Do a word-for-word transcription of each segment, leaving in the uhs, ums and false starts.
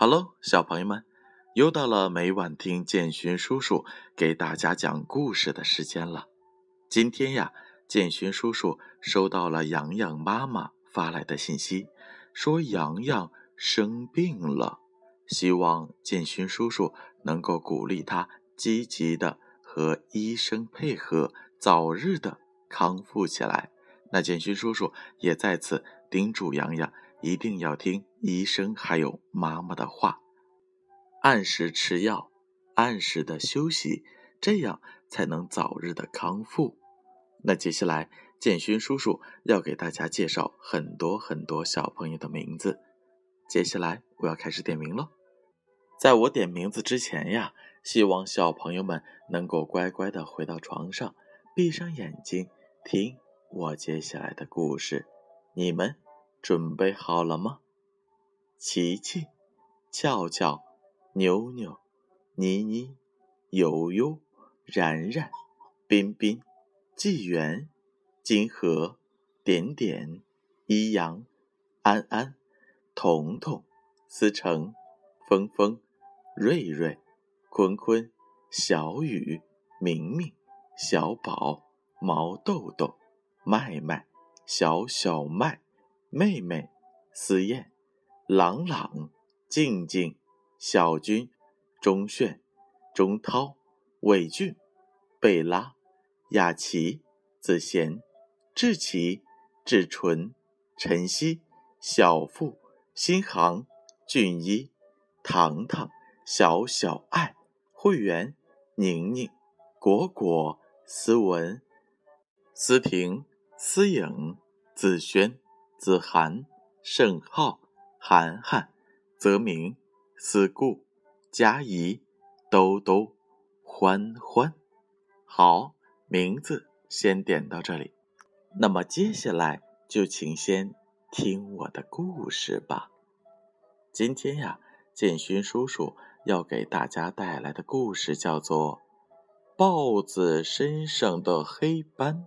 Hello，小朋友们，又到了每晚听建勋叔叔给大家讲故事的时间了。今天呀，建勋叔叔收到了洋洋妈妈发来的信息，说洋洋生病了，希望建勋叔叔能够鼓励他积极的和医生配合，早日的康复起来。那建勋叔叔也在此叮嘱洋洋，一定要听医生还有妈妈的话，按时吃药，按时的休息，这样才能早日的康复。那接下来建勋叔叔要给大家介绍很多很多小朋友的名字，接下来我要开始点名了。在我点名字之前呀，希望小朋友们能够乖乖的回到床上，闭上眼睛听我接下来的故事。你们准备好了吗？琪琪、俏俏、妞妞、妮妮、悠悠、然然、彬彬、纪元、金河、点点、一阳、安安、彤彤、思成、峰峰、瑞瑞、坤坤、小雨、明明、小宝、毛豆豆、麦麦、小小麦、妹妹、思燕、朗朗、静静、小军、钟炫、钟涛、伟俊、贝拉、雅琪、子贤、志奇、志纯、晨曦、小富、新航、俊一、糖糖、小小爱、慧媛、宁宁、果果、思文、思婷、思颖、子轩、子涵、盛浩、涵涵、泽明、思顾、佳怡、兜兜、欢欢。好，名字先点到这里，那么接下来就请先听我的故事吧。今天呀，建勋叔叔要给大家带来的故事叫做豹子身上的黑斑。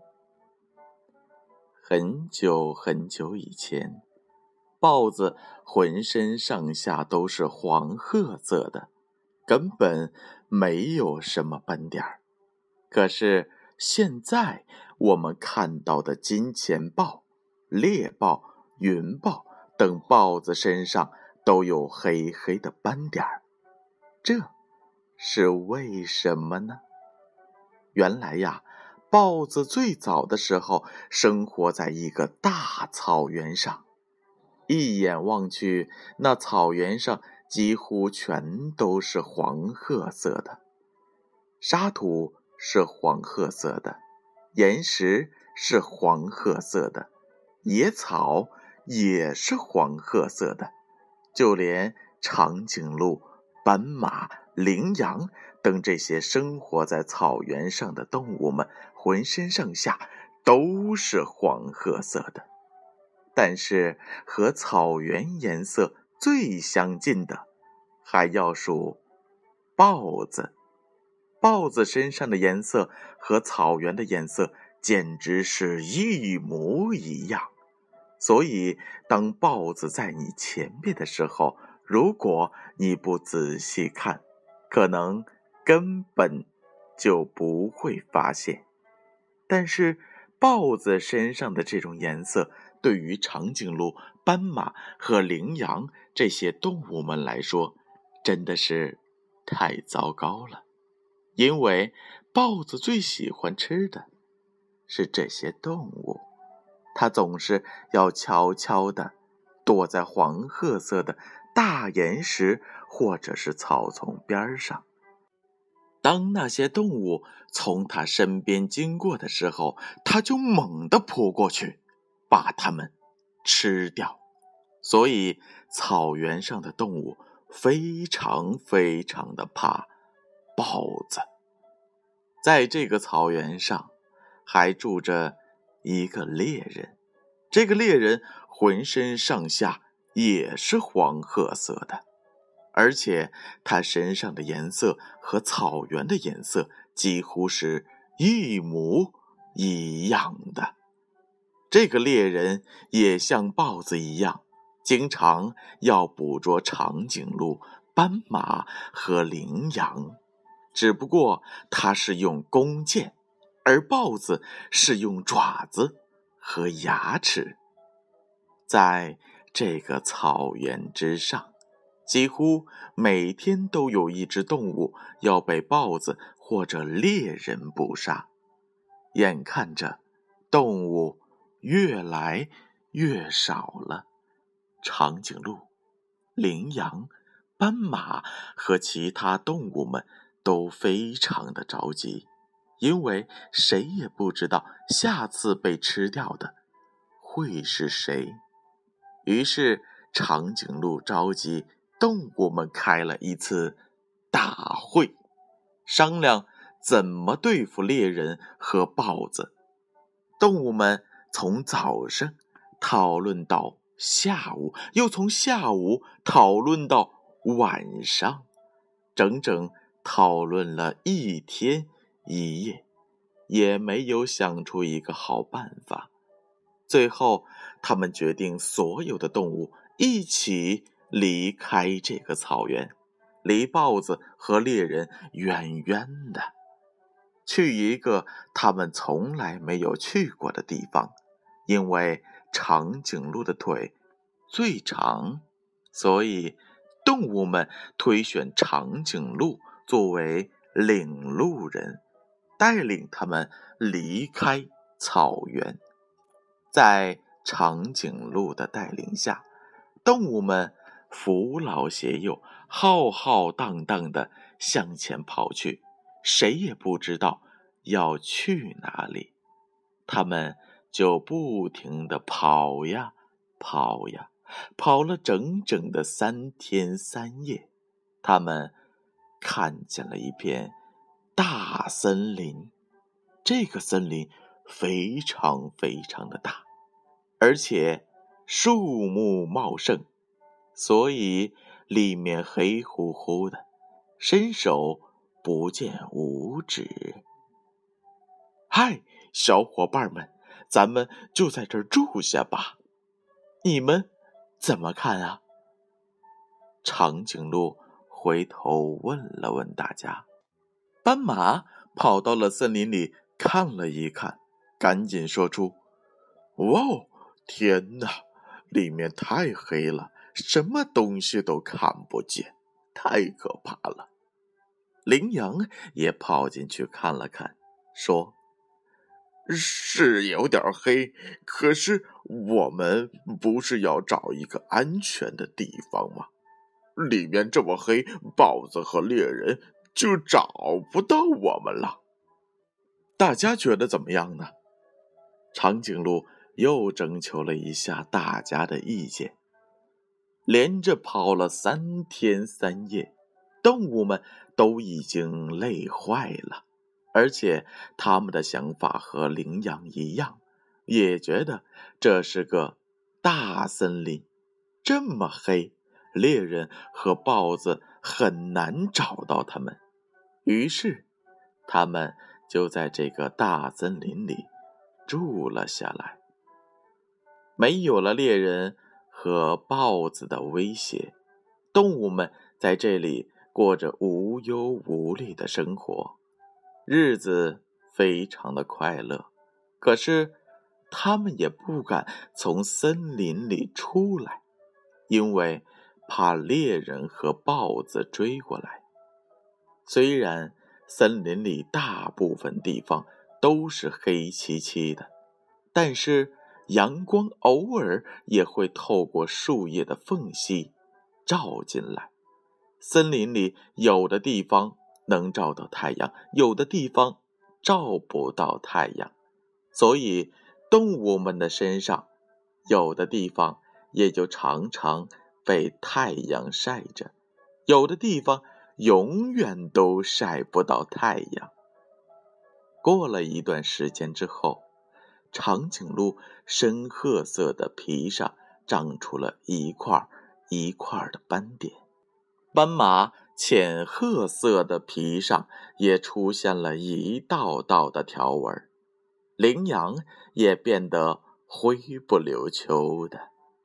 很久很久以前，豹子浑身上下都是黄褐色的，根本没有什么斑点儿。可是现在我们看到的金钱豹、猎豹、云豹等豹子身上都有黑黑的斑点儿，这是为什么呢？原来呀，豹子最早的时候生活在一个大草原上，一眼望去，那草原上几乎全都是黄褐色的，沙土是黄褐色的，岩石是黄褐色的，野草也是黄褐色的，就连长颈鹿、斑马、羚羊等这些生活在草原上的动物们，浑身上下都是黄褐色的。但是和草原颜色最相近的，还要数豹子。豹子身上的颜色和草原的颜色简直是一模一样，所以当豹子在你前面的时候，如果你不仔细看，可能根本就不会发现。但是豹子身上的这种颜色对于长颈鹿、斑马和羚羊这些动物们来说，真的是太糟糕了。因为豹子最喜欢吃的是这些动物，它总是要悄悄地躲在黄褐色的大岩石或者是草丛边上。当那些动物从它身边经过的时候，它就猛地扑过去，把它们吃掉。所以草原上的动物非常非常的怕豹子。在这个草原上还住着一个猎人，这个猎人浑身上下也是黄褐色的，而且他身上的颜色和草原的颜色几乎是一模一样的。这个猎人也像豹子一样经常要捕捉长颈鹿、斑马和羚羊，只不过它是用弓箭，而豹子是用爪子和牙齿。在这个草原之上，几乎每天都有一只动物要被豹子或者猎人捕杀。眼看着动物越来越少了，长颈鹿、羚羊、斑马和其他动物们都非常的着急，因为谁也不知道下次被吃掉的会是谁。于是长颈鹿召集动物们开了一次大会，商量怎么对付猎人和豹子。动物们从早上讨论到下午，又从下午讨论到晚上，整整讨论了一天一夜，也没有想出一个好办法。最后他们决定所有的动物一起离开这个草原，离豹子和猎人远远的，去一个他们从来没有去过的地方。因为长颈鹿的腿最长，所以动物们推选长颈鹿作为领路人，带领他们离开草原。在长颈鹿的带领下，动物们扶老携幼，浩浩荡荡地向前跑去，谁也不知道要去哪里。他们就不停地跑呀跑呀，跑了整整的三天三夜。他们看见了一片大森林，这个森林非常非常的大，而且树木茂盛，所以里面黑乎乎的，伸手不见五指。嗨，小伙伴们，咱们就在这儿住下吧，你们怎么看啊？长颈鹿回头问了问大家。斑马跑到了森林里看了一看，赶紧说出：哇哦，天哪，里面太黑了，什么东西都看不见，太可怕了。羚羊也跑进去看了看，说：是有点黑，可是我们不是要找一个安全的地方吗？里面这么黑，豹子和猎人就找不到我们了。大家觉得怎么样呢？长颈鹿又征求了一下大家的意见。连着跑了三天三夜，动物们都已经累坏了，而且他们的想法和羚羊一样，也觉得这是个大森林，这么黑，猎人和豹子很难找到他们。于是他们就在这个大森林里住了下来。没有了猎人和豹子的威胁，动物们在这里过着无忧无虑的生活，日子非常的快乐。可是他们也不敢从森林里出来，因为怕猎人和豹子追过来。虽然森林里大部分地方都是黑漆漆的，但是阳光偶尔也会透过树叶的缝隙照进来。森林里有的地方能照到太阳，有的地方照不到太阳，所以动物们的身上有的地方也就常常被太阳晒着，有的地方永远都晒不到太阳。过了一段时间之后，长颈鹿深褐色的皮上长出了一块一块的斑点，斑马浅褐色的皮上也出现了一道道的条纹，羚羊也变得灰不溜秋的。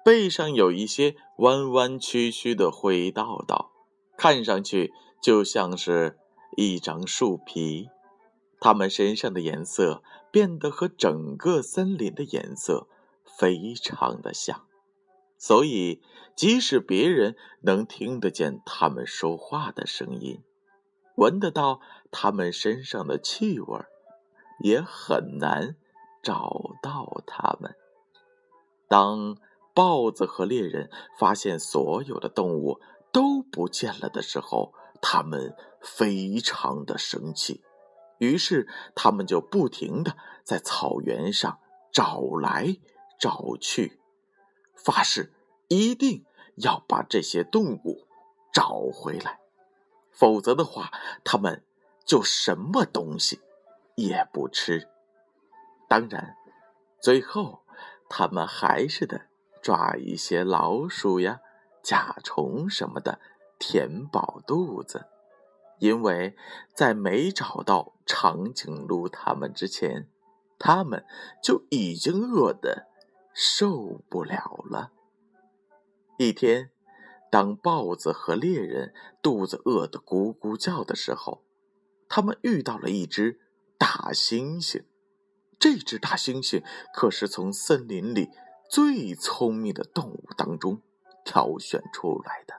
背上有一些弯弯曲曲的灰道道，看上去就像是一张树皮。它们身上的颜色变得和整个森林的颜色非常的像，所以即使别人能听得见它们说话的声音，闻得到它们身上的气味，也很难找到它们。当豹子和猎人发现所有的动物都不见了的时候，他们非常的生气，于是他们就不停地在草原上找来找去，发誓一定要把这些动物找回来，否则的话，他们就什么东西也不吃。当然，最后他们还是得抓一些老鼠呀、甲虫什么的填饱肚子，因为在没找到长颈鹿他们之前，他们就已经饿得受不了了。一天，当豹子和猎人肚子饿得咕咕叫的时候，他们遇到了一只大猩猩。这只大猩猩可是从森林里最聪明的动物当中挑选出来的。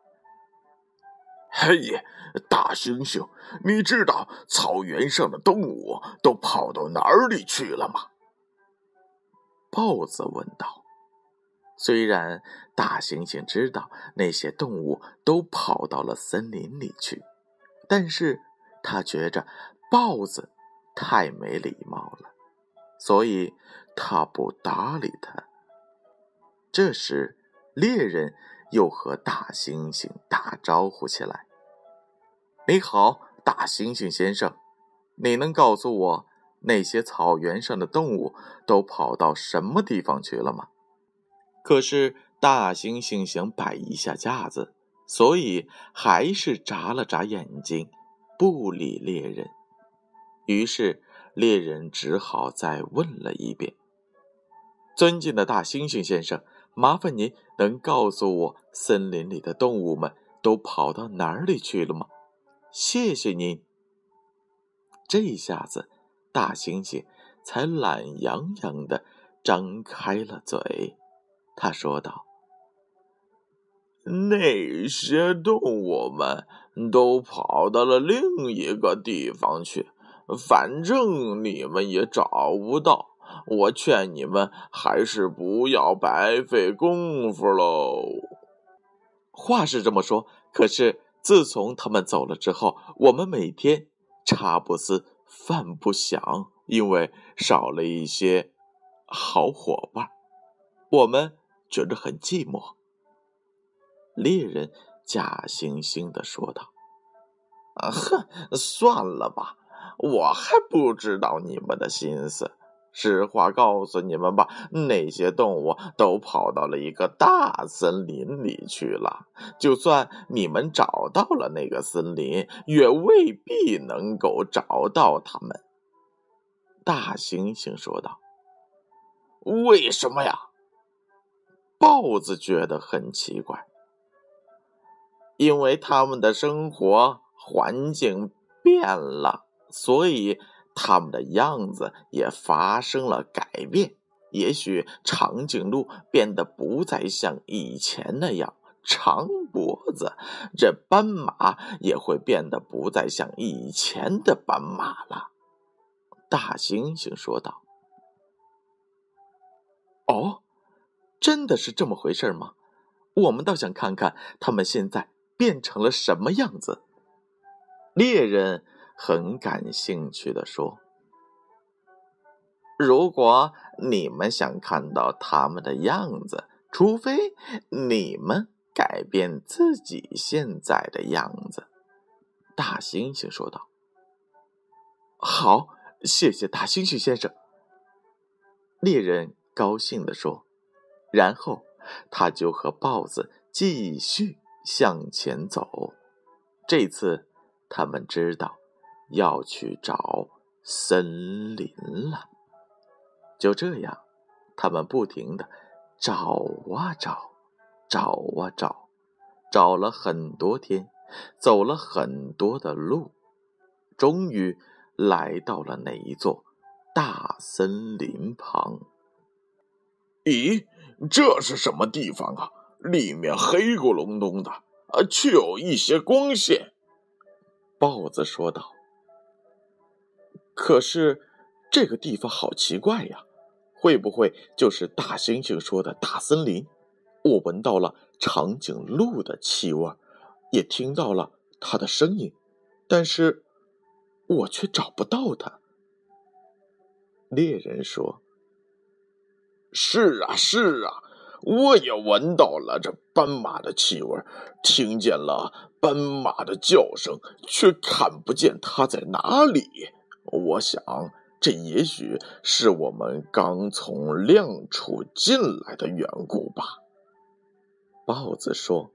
嘿，大猩猩，你知道草原上的动物都跑到哪里去了吗？ 豹子问道。虽然大猩猩知道那些动物都跑到了森林里去，但是他觉着豹子太没礼貌了，所以他不搭理他。这时，猎人又和大猩猩打招呼起来：“你好，大猩猩先生，你能告诉我那些草原上的动物都跑到什么地方去了吗？”可是大猩猩想摆一下架子，所以还是眨了眨眼睛，不理猎人。于是猎人只好再问了一遍：“尊敬的大猩猩先生，麻烦您能告诉我森林里的动物们都跑到哪里去了吗？谢谢您。”这下子大猩猩才懒洋洋地张开了嘴。他说道：“ 那些动物们都跑到了另一个地方去，反正你们也找不到，我劝你们还是不要白费功夫喽。” 话是这么说，可是自从他们走了之后，我们每天茶不思饭不想，因为少了一些好伙伴，我们觉得很寂寞。猎人假惺惺地说道：“ 啊，哼，算了吧，我还不知道你们的心思。实话告诉你们吧，那些动物都跑到了一个大森林里去了。就算你们找到了那个森林，也未必能够找到它们。” 大猩猩说道。 “为什么呀？” 豹子觉得很奇怪。“因为他们的生活环境变了，所以他们的样子也发生了改变。也许长颈鹿变得不再像以前那样长脖子，这斑马也会变得不再像以前的斑马了。”大猩猩说道。“哦，真的是这么回事吗？我们倒想看看他们现在变成了什么样子。”猎人很感兴趣地说：“如果你们想看到他们的样子，除非你们改变自己现在的样子。”大猩猩说道。“好，谢谢大猩猩先生。”猎人高兴地说，然后他就和豹子继续向前走。这次他们知道要去找森林了。就这样，他们不停地找啊找，找啊找，找了很多天，走了很多的路，终于来到了那一座大森林旁。 咦，这是什么地方啊？里面黑咕隆咚的，啊，却有一些光线。 豹子说道。可是这个地方好奇怪呀，会不会就是大猩猩说的大森林？我闻到了长颈鹿的气味，也听到了它的声音，但是我却找不到它。猎人说。 是啊是啊，我也闻到了这斑马的气味，听见了斑马的叫声，却看不见它在哪里。我想这也许是我们刚从亮处进来的缘故吧。 豹子说。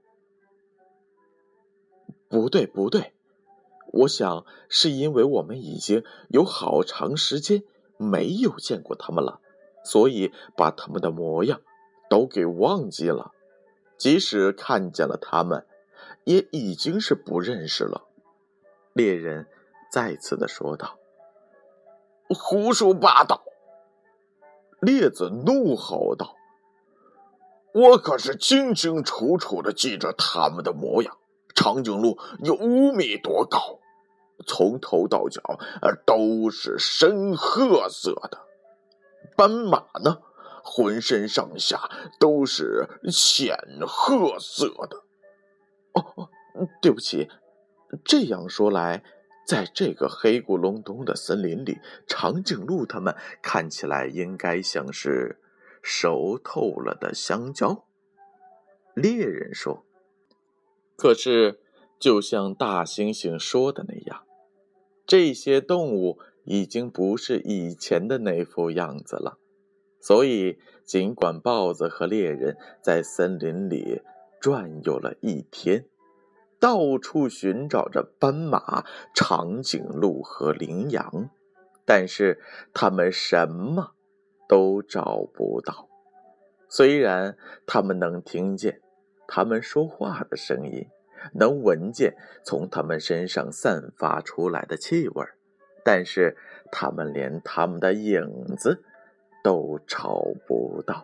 不对不对，我想是因为我们已经有好长时间没有见过他们了，所以把他们的模样都给忘记了，即使看见了他们，也已经是不认识了。猎人再次的说道。 胡说八道！ 猎子怒吼道。 我可是清清楚楚的记着他们的模样，长颈鹿有五米多高，从头到脚都是深褐色的。斑马呢，浑身上下都是浅褐色的。 哦哦，对不起，这样说来，在这个黑咕隆咚的森林里，长颈鹿它们看起来应该像是熟透了的香蕉。猎人说。可是就像大猩猩说的那样，这些动物已经不是以前的那副样子了，所以尽管豹子和猎人在森林里转悠了一天，到处寻找着斑马、长颈鹿和羚羊，但是他们什么都找不到。虽然他们能听见他们说话的声音，能闻见从他们身上散发出来的气味，但是他们连他们的影子都找不到。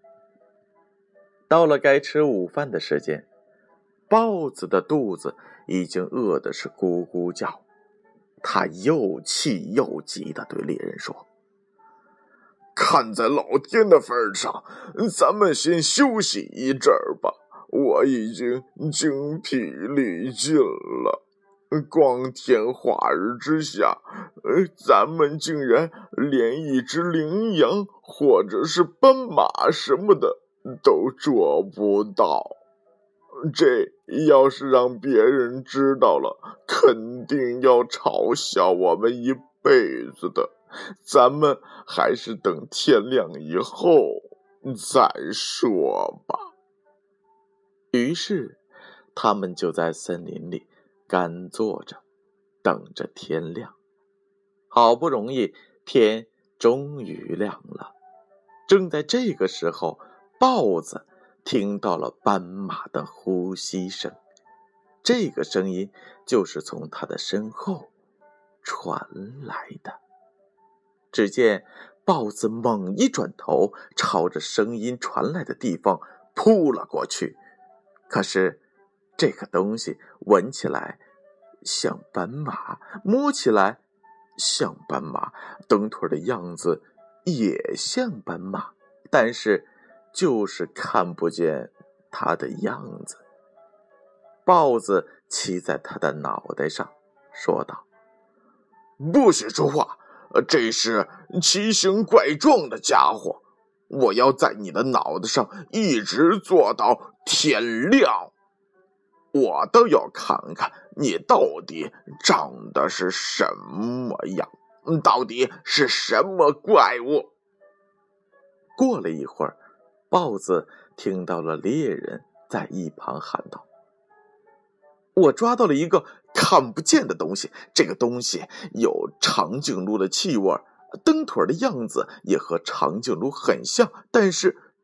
到了该吃午饭的时间，豹子的肚子已经饿得是咕咕叫，他又气又急地对猎人说。 看在老天的份上，咱们先休息一阵儿吧，我已经精疲力尽了。光天化日之下，呃，咱们竟然连一只羚羊或者是斑马什么的都捉不到。这要是让别人知道了，肯定要嘲笑我们一辈子的。咱们还是等天亮以后再说吧。 于是他们就在森林里干坐着，等着天亮。好不容易天终于亮了，正在这个时候，豹子听到了斑马的呼吸声，这个声音就是从他的身后传来的。只见豹子猛一转头，朝着声音传来的地方扑了过去。可是这个东西闻起来像斑马，摸起来像斑马，蹬腿的样子也像斑马，但是就是看不见它的样子。豹子骑在它的脑袋上，说道： 不许说话，这是奇形怪状的家伙，我要在你的脑袋上一直坐到天亮，我都要看看你到底长得是什么样，到底是什么怪物。 过了一会儿，豹子听到了猎人在一旁喊道：我抓到了一个看不见的东西，这个东西有长颈鹿的气味，蹬腿的样子也和长颈鹿很像，但是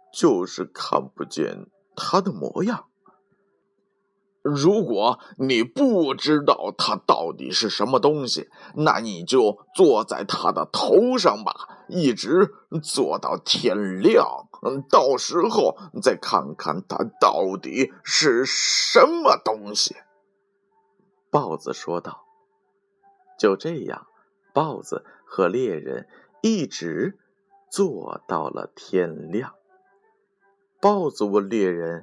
就是看不见它的模样。如果你不知道它到底是什么东西，那你就坐在它的头上吧，一直坐到天亮，到时候再看看它到底是什么东西。 豹子说道。就这样，豹子和猎人一直坐到了天亮。豹子问猎人：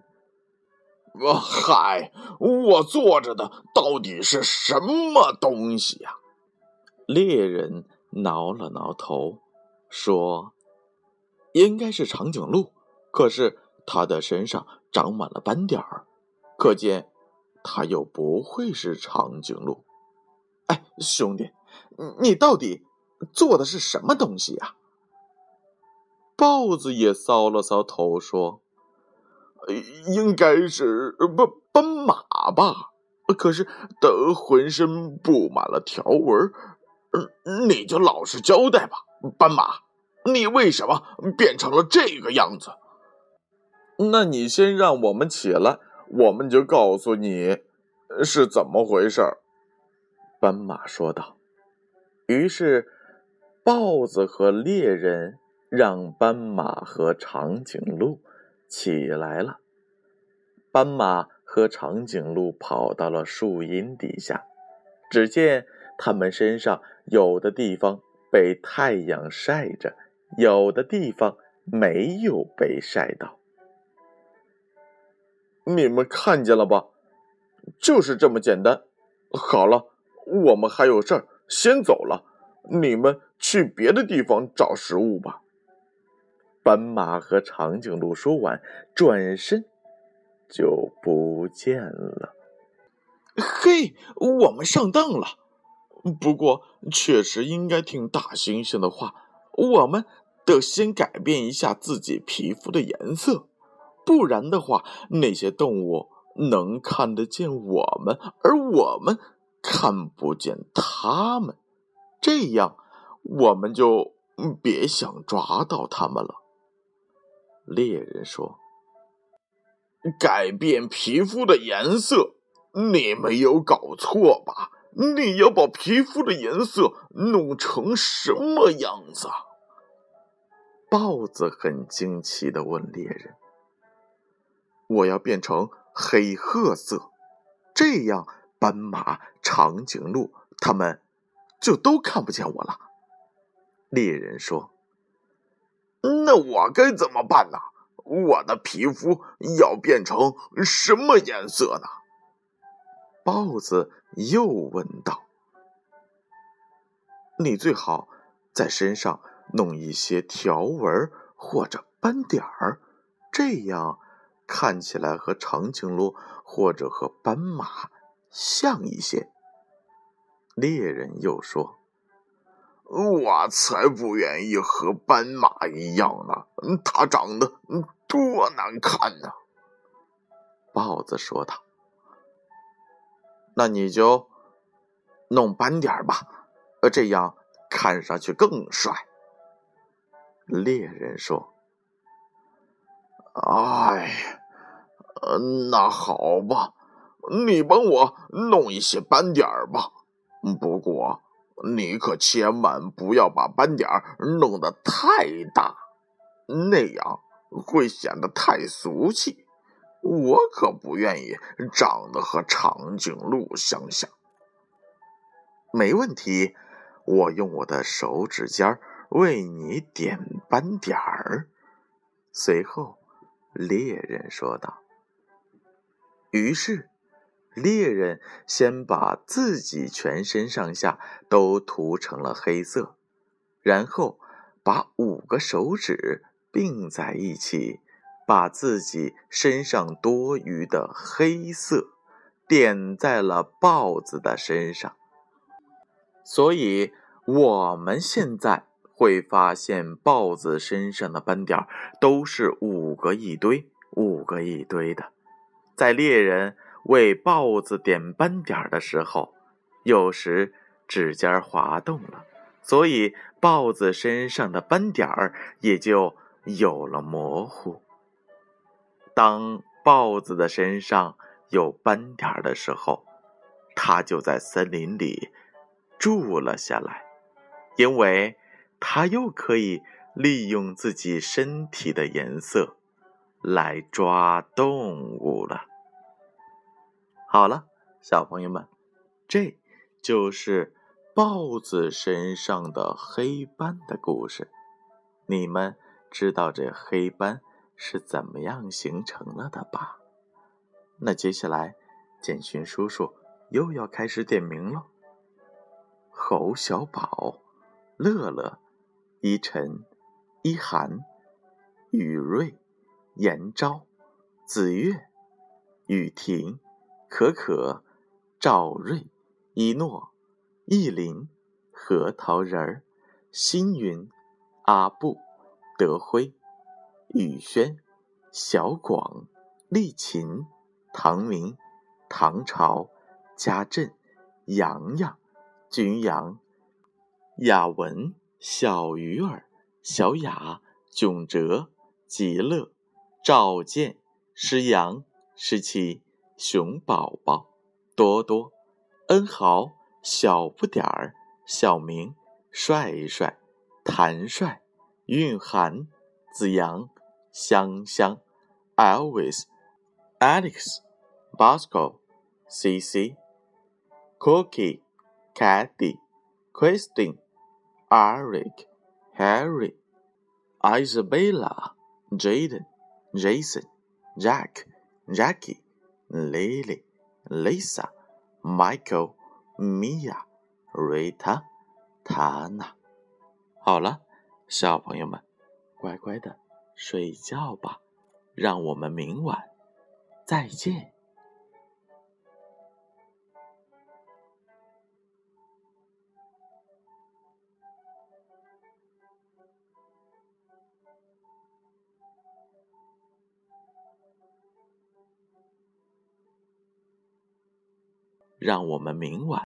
嗨，我坐着的到底是什么东西呀？ 猎人挠了挠头，说：应该是长颈鹿，可是它的身上长满了斑点儿，可见它又不会是长颈鹿。 哎，兄弟，你到底做的是什么东西呀？ 豹子也搔了搔头，说： 应该是不斑马吧，可是它浑身布满了条纹。你就老实交代吧，斑马，你为什么变成了这个样子？ 那你先让我们起来，我们就告诉你是怎么回事。斑马说道。于是豹子和猎人让斑马和长颈鹿起来了。斑马和长颈鹿跑到了树荫底下，只见它们身上有的地方被太阳晒着，有的地方没有被晒到。 你们看见了吧？就是这么简单。好了，我们还有事儿，先走了。你们去别的地方找食物吧。 斑马和长颈鹿说完，转身就不见了。 嘿，我们上当了。不过确实应该听大猩猩的话，我们得先改变一下自己皮肤的颜色，不然的话，那些动物能看得见我们，而我们看不见它们，这样我们就别想抓到它们了。 猎人说： 改变皮肤的颜色，你没有搞错吧？你要把皮肤的颜色弄成什么样子？ 豹子很惊奇地问猎人。 我要变成黑褐色，这样斑马、长颈鹿它们就都看不见我了。 猎人说： 那我该怎么办呢？我的皮肤要变成什么颜色呢？ 豹子又问道。 你最好在身上弄一些条纹或者斑点儿，这样看起来和长颈鹿或者和斑马像一些。 猎人又说： 我才不愿意和斑马一样呢，它长得多难看呢。 豹子说道。 那你就弄斑点吧，这样看上去更帅。 猎人说： 哎，那好吧，你帮我弄一些斑点吧。不过你可千万不要把斑点弄得太大，那样会显得太俗气。我可不愿意长得和长颈鹿相像。 没问题，我用我的手指尖为你点斑点儿。随后猎人说道。于是猎人先把自己全身上下都涂成了黑色，然后把五个手指并在一起，把自己身上多余的黑色点在了豹子的身上。所以我们现在会发现豹子身上的斑点都是五个一堆，五个一堆的。在猎人为豹子点斑点的时候，有时指尖滑动了，所以豹子身上的斑点也就有了模糊。 当豹子的身上有斑点的时候，它就在森林里住了下来，因为它又可以利用自己身体的颜色来抓动物了。好了，小朋友们，这就是豹子身上的黑斑的故事。你们知道这黑斑是怎么样形成了的吧？那接下来建勋叔叔又要开始点名了。侯小宝、乐乐、依晨、一涵、雨瑞、严昭、子月、雨婷、可可、赵瑞、一诺、意林、核桃仁儿、星云、阿布、德辉、宇轩、小广、丽琴、唐明、唐朝、家振、洋洋、君阳、雅文、小鱼儿、小雅、囧哲、极乐、赵健、诗阳、诗琪、熊宝宝、多多、恩豪、小不点儿、小明、帅帅、谭帅、蕴涵、子阳、香香、Elvis、Alex、Bosco、C C、Cookie、Kathy、Christine、Eric、Harry、Isabella、Jaden、Jason、Jack、Jackie、Lily、Lisa、Michael、Mia、Rita、Tana。好了，小朋友们，乖乖的睡觉吧，让我们明晚再见。让我们明晚